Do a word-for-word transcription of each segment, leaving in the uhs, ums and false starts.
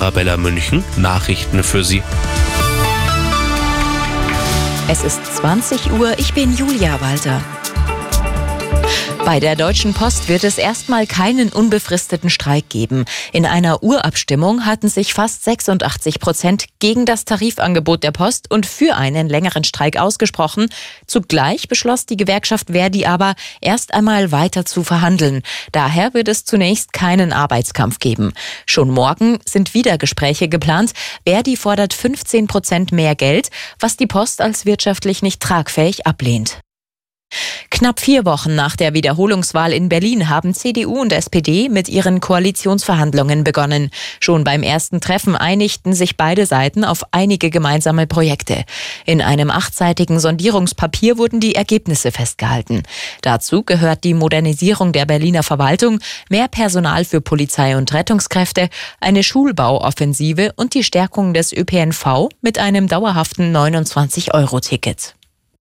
Arabella München, Nachrichten für Sie. Es ist zwanzig Uhr, ich bin Julia Walter. Bei der Deutschen Post wird es erstmal keinen unbefristeten Streik geben. In einer Urabstimmung hatten sich fast sechsundachtzig Prozent gegen das Tarifangebot der Post und für einen längeren Streik ausgesprochen. Zugleich beschloss die Gewerkschaft Verdi aber, erst einmal weiter zu verhandeln. Daher wird es zunächst keinen Arbeitskampf geben. Schon morgen sind wieder Gespräche geplant. Verdi fordert fünfzehn Prozent mehr Geld, was die Post als wirtschaftlich nicht tragfähig ablehnt. Knapp vier Wochen nach der Wiederholungswahl in Berlin haben C D U und S P D mit ihren Koalitionsverhandlungen begonnen. Schon beim ersten Treffen einigten sich beide Seiten auf einige gemeinsame Projekte. In einem achtseitigen Sondierungspapier wurden die Ergebnisse festgehalten. Dazu gehört die Modernisierung der Berliner Verwaltung, mehr Personal für Polizei und Rettungskräfte, eine Schulbauoffensive und die Stärkung des Ö P N V mit einem dauerhaften neunundzwanzig Euro Ticket.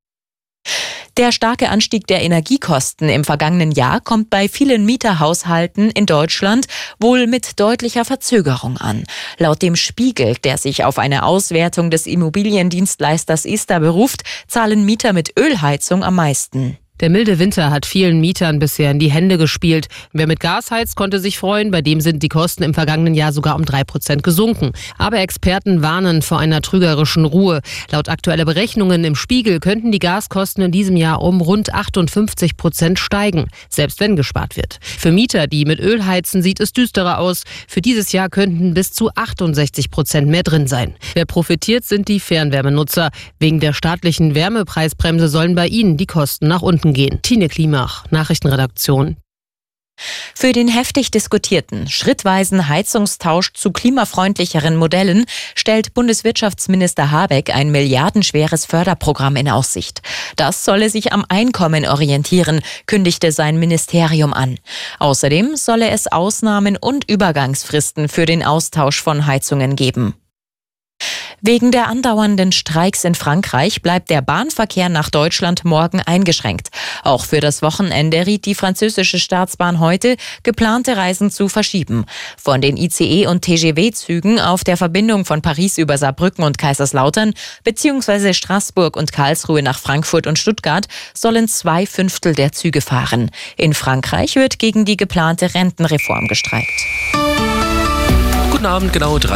Der starke Anstieg der Energiekosten im vergangenen Jahr kommt bei vielen Mieterhaushalten in Deutschland wohl mit deutlicher Verzögerung an. Laut dem Spiegel, der sich auf eine Auswertung des Immobiliendienstleisters Ista beruft, zahlen Mieter mit Ölheizung am meisten. Der milde Winter hat vielen Mietern bisher in die Hände gespielt. Wer mit Gas heizt, konnte sich freuen. Bei dem sind die Kosten im vergangenen Jahr sogar um drei Prozent gesunken. Aber Experten warnen vor einer trügerischen Ruhe. Laut aktueller Berechnungen im Spiegel könnten die Gaskosten in diesem Jahr um rund achtundfünfzig Prozent steigen, selbst wenn gespart wird. Für Mieter, die mit Öl heizen, sieht es düsterer aus. Für dieses Jahr könnten bis zu achtundsechzig Prozent mehr drin sein. Wer profitiert, sind die Fernwärmenutzer. Wegen der staatlichen Wärmepreisbremse sollen bei ihnen die Kosten nach unten gehen. Tine Klimach, Nachrichtenredaktion. Für den heftig diskutierten, schrittweisen Heizungstausch zu klimafreundlicheren Modellen stellt Bundeswirtschaftsminister Habeck ein milliardenschweres Förderprogramm in Aussicht. Das solle sich am Einkommen orientieren, kündigte sein Ministerium an. Außerdem solle es Ausnahmen und Übergangsfristen für den Austausch von Heizungen geben. Wegen der andauernden Streiks in Frankreich bleibt der Bahnverkehr nach Deutschland morgen eingeschränkt. Auch für das Wochenende riet die französische Staatsbahn heute, geplante Reisen zu verschieben. Von den I C E- und T G V-Zügen auf der Verbindung von Paris über Saarbrücken und Kaiserslautern bzw. Straßburg und Karlsruhe nach Frankfurt und Stuttgart sollen zwei Fünftel der Züge fahren. In Frankreich wird gegen die geplante Rentenreform gestreikt. Guten Abend, genau drei